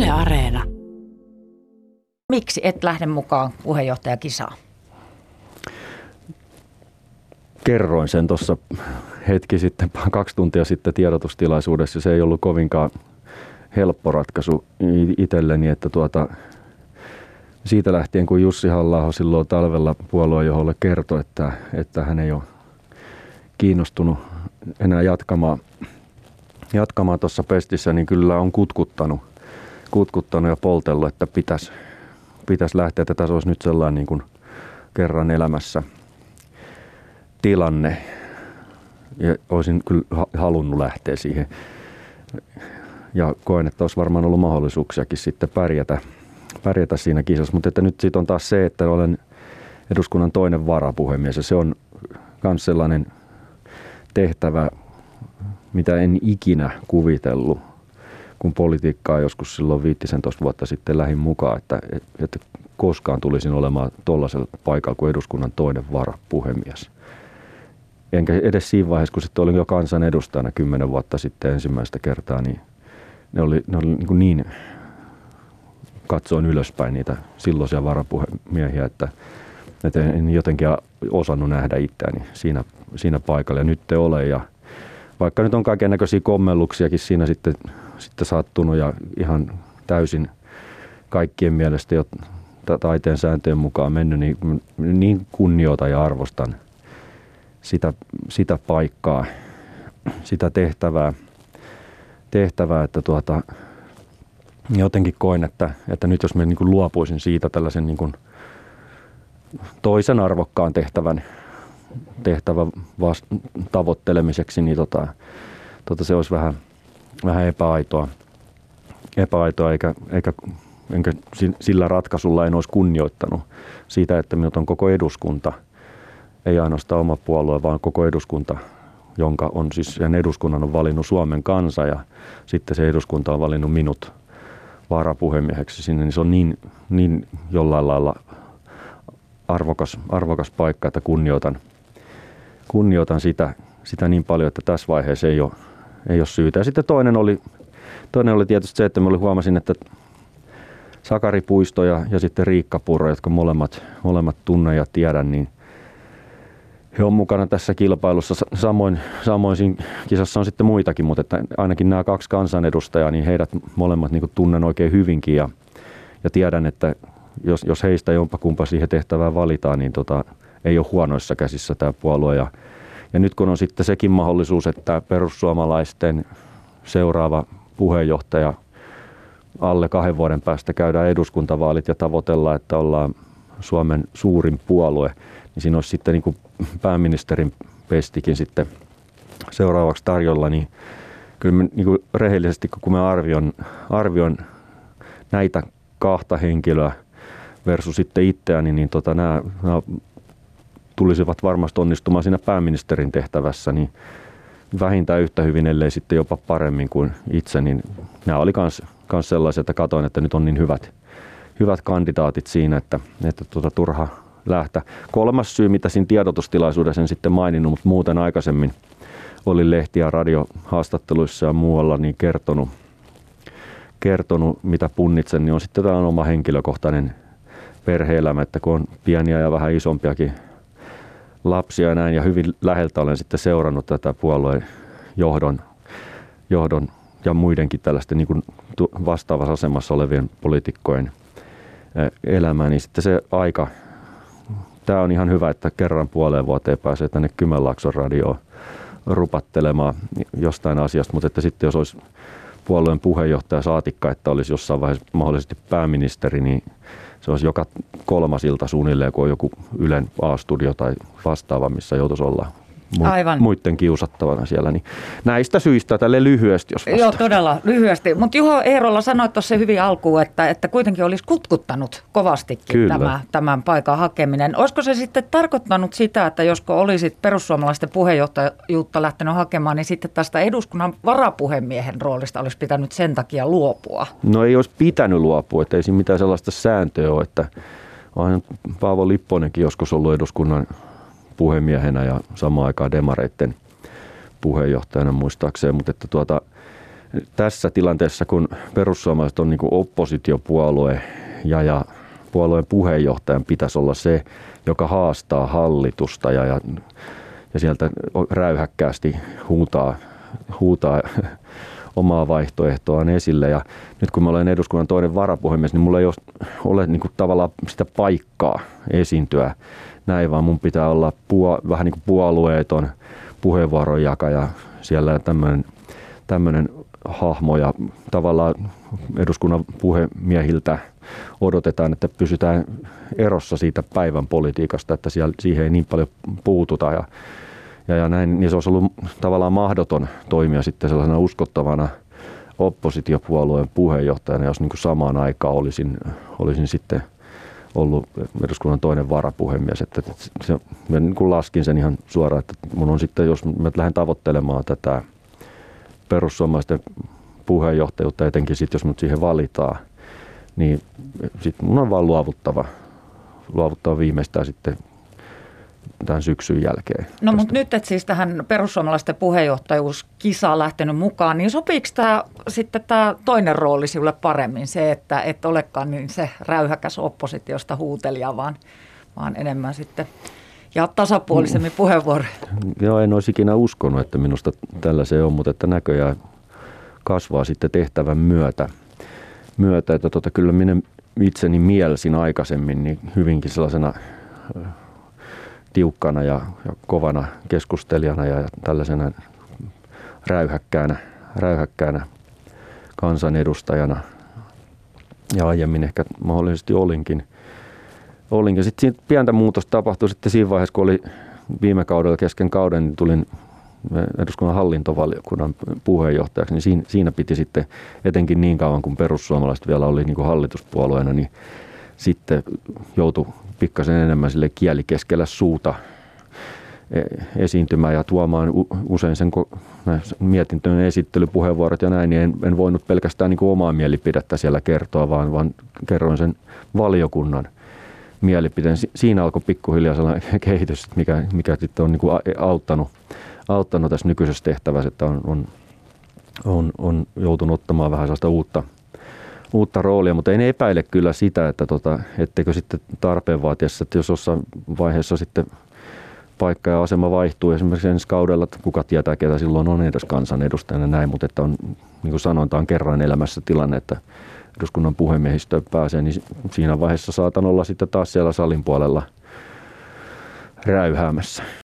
Yle Areena. Miksi et lähde mukaan puheenjohtajakisaan? Kerroin sen tuossa hetki sitten, 2 tuntia sitten tiedotustilaisuudessa. Se ei ollut kovinkaan helppo ratkaisu itselleni, että siitä lähtien kun Jussi Halla-aho silloin talvella puoluejohdolle kertoi, että hän ei ole kiinnostunut enää jatkamaan tuossa pestissä, niin kyllä on kutkuttanut ja poltellut, että pitäisi lähteä, että tässä olisi nyt sellainen niin kuin kerran elämässä tilanne. Ja olisin kyllä halunnut lähteä siihen. Ja koen, että olisi varmaan ollut mahdollisuuksiakin sitten pärjätä siinä kisassa. Mutta että nyt siitä on taas se, että olen eduskunnan toinen varapuhemies. Ja se on myös sellainen tehtävä, mitä en ikinä kuvitellut, kun politiikkaa joskus silloin 15 vuotta sitten lähdin mukaan, että koskaan tulisin olemaan tuollaisella paikalla kuin eduskunnan toinen varapuhemies. Enkä edes siinä vaiheessa, kun sitten olin jo kansanedustajana 10 vuotta sitten ensimmäistä kertaa, niin ne oli niin katsoin ylöspäin niitä silloisia varapuhemiehiä, että en jotenkin osannut nähdä itseäni siinä paikalla. Ja nyt te ole. Ja vaikka nyt on kaiken näköisiä kommelluksiakin siinä sitten sattunut ja ihan täysin kaikkien mielestä jo taiteen sääntöjen mukaan mennyt, niin kunnioitan ja arvostan sitä paikkaa, sitä tehtävää, että jotenkin koen, että nyt jos mä niin kuin luopuisin siitä tällaisen niin kuin toisen arvokkaan tehtävän tavoittelemiseksi, niin se olisi vähän epäaitoa enkä sillä ratkaisulla en olisi kunnioittanut siitä, että minut on koko eduskunta, ei ainoastaan oma puolue, vaan koko eduskunta, jonka on siis sen eduskunnan on valinnut Suomen kansa ja sitten se eduskunta on valinnut minut varapuhemieheksi sinne, niin se on niin jollain lailla arvokas paikka, että kunnioitan sitä niin paljon, että tässä vaiheessa ei ole syytä. Ja sitten toinen oli tietysti se, että mä huomasin, että Sakari Puisto ja sitten Riikka Purra, jotka molemmat tunnen ja tiedän, niin he on mukana tässä kilpailussa. Samoin siinä kisassa on sitten muitakin, mutta että ainakin nämä 2 kansanedustajaa, niin heidät molemmat niin kuin tunnen oikein hyvinkin ja tiedän, että jos heistä jompakumpa siihen tehtävään valitaan, niin ei ole huonoissa käsissä tämä puolue. Ja nyt kun on sitten sekin mahdollisuus, että perussuomalaisten seuraava puheenjohtaja alle 2 vuoden päästä käydään eduskuntavaalit ja tavoitellaan, että ollaan Suomen suurin puolue, niin siinä olisi sitten niin kuin pääministerin pestikin sitten seuraavaksi tarjolla, niin kyllä mä niin kuin rehellisesti, kun mä arvioin näitä 2 henkilöä versus sitten itseäni, niin nämä tulisivat varmasti onnistumaan siinä pääministerin tehtävässä, niin vähintään yhtä hyvin, ellei sitten jopa paremmin kuin itse, niin nämä oli kans sellaisia, että katsoin, että nyt on niin hyvät kandidaatit siinä, että turha lähteä. 3. syy, mitä siinä tiedotustilaisuudessa en sitten maininnut, mutta muuten aikaisemmin oli lehti- ja radiohaastatteluissa ja muualla niin kertonut, mitä punnitsen, niin on sitten tällainen oma henkilökohtainen perhe-elämä, että kun on pieniä ja vähän isompiakin lapsia ja näin, ja hyvin läheltä olen sitten seurannut tätä puolueen johdon ja muidenkin tällaisten niin kuin vastaavassa asemassa olevien poliitikkojen elämää, niin sitten se aika, tämä on ihan hyvä, että kerran puoleen vuoteen pääsee tänne Kymenlaakson radioon rupattelemaan jostain asiasta, mutta että sitten jos olisi puolueen puheenjohtaja saatikka, että olisi jossain vaiheessa mahdollisesti pääministeri, niin se olisi joka 3. ilta suunnilleen, kun on joku Ylen A-studio tai vastaava, missä joutuisi olla muiden kiusattavana siellä. Niin näistä syistä tälle lyhyesti, jos vastaan. Joo, todella lyhyesti. Mutta Juho Eerola sanoi tuossa hyvin alkuun, että kuitenkin olisi kutkuttanut kovastikin tämän paikan hakeminen. Olisiko se sitten tarkoittanut sitä, että josko olisit perussuomalaisten puheenjohtajuutta lähtenyt hakemaan, niin sitten tästä eduskunnan varapuhemiehen roolista olisi pitänyt sen takia luopua? No ei olisi pitänyt luopua, että ei siinä mitään sellaista sääntöä ole, että on Paavo Lipponenkin joskus ollut eduskunnan puhemiehenä ja samaan aikaan demareitten puheenjohtajana muistaakseen, mutta että tässä tilanteessa, kun perussuomalaiset on niin kuin oppositiopuolue ja puolueen puheenjohtajan pitäisi olla se, joka haastaa hallitusta ja sieltä räyhäkkäästi huutaa omaa vaihtoehtoaan esille. Ja nyt kun mä olen eduskunnan toinen varapuhemies, niin mulla ei ole niin kuin tavallaan sitä paikkaa esiintyä näin, vaan mun pitää olla vähän niin kuin puolueeton puheenvuoronjakaja siellä tämmöinen hahmo, ja tavallaan eduskunnan puhemiehiltä odotetaan, että pysytään erossa siitä päivän politiikasta, että siihen ei niin paljon puututa ja näin, niin se olisi ollut tavallaan mahdoton toimia sitten sellaisena uskottavana oppositiopuolueen puheenjohtajana, jos niin kuin samaan aikaan olisin sitten ollut eduskunnan toinen varapuhemies. Että mä niin kuin laskin sen ihan suoraan, että mun on sitten, jos mä lähden tavoittelemaan tätä perussuomalaisten puheenjohtajuutta, etenkin sitten jos mut siihen valitaan, niin sitten mun on vaan luovuttava viimeistään sitten tämän syksyn jälkeen. No mutta nyt et siis tähän perussuomalaisten puheenjohtajuuskisaan lähtenyt mukaan, niin sopiiko tämä toinen rooli sinulle paremmin, se, että et olekaan niin se räyhäkäs oppositiosta huutelija, vaan enemmän sitten ja tasapuolisemmin puheenvuoroja? Joo, en olisi ikinä uskonut, että minusta tällaiseen on, mutta että näköjään kasvaa sitten tehtävän myötä että kyllä minä itseni mielsin aikaisemmin niin hyvinkin sellaisena tiukkana ja kovana keskustelijana ja tällaisena räyhäkkäänä kansanedustajana. Ja aiemmin ehkä mahdollisesti olinkin. Sitten pientä muutosta tapahtui sitten siinä vaiheessa, kun oli viime kaudella kesken kauden, niin tulin eduskunnan hallintovaliokunnan puheenjohtajaksi, niin siinä piti sitten etenkin niin kauan, kun perussuomalaiset vielä oli niin kuin hallituspuolueena, niin sitten joutui pikkasen enemmän sille kieli keskellä suuta esiintymään ja tuomaan usein sen mietintöjen esittelypuheenvuorot ja näin, niin en voinut pelkästään niin kuin omaa mielipidettä siellä kertoa, vaan kerroin sen valiokunnan mielipiteen. Siinä alkoi pikkuhiljaa sellainen kehitys, mikä sitten on niin kuin auttanut tässä nykyisessä tehtävässä, että on joutunut ottamaan vähän sellaista uutta roolia, mutta en epäile kyllä sitä, että etteikö sitten tarpeen vaatiessa, että jos jossain vaiheessa sitten paikka ja asema vaihtuu esimerkiksi ensi kaudella, että kuka tietää, ketä silloin on edes kansanedustajana näin, mutta että on, niin kuin sanoin, tämä on kerran elämässä tilanne, että eduskunnan puhemiehistöön pääsee, niin siinä vaiheessa saatan olla sitten taas siellä salin puolella räyhäämässä.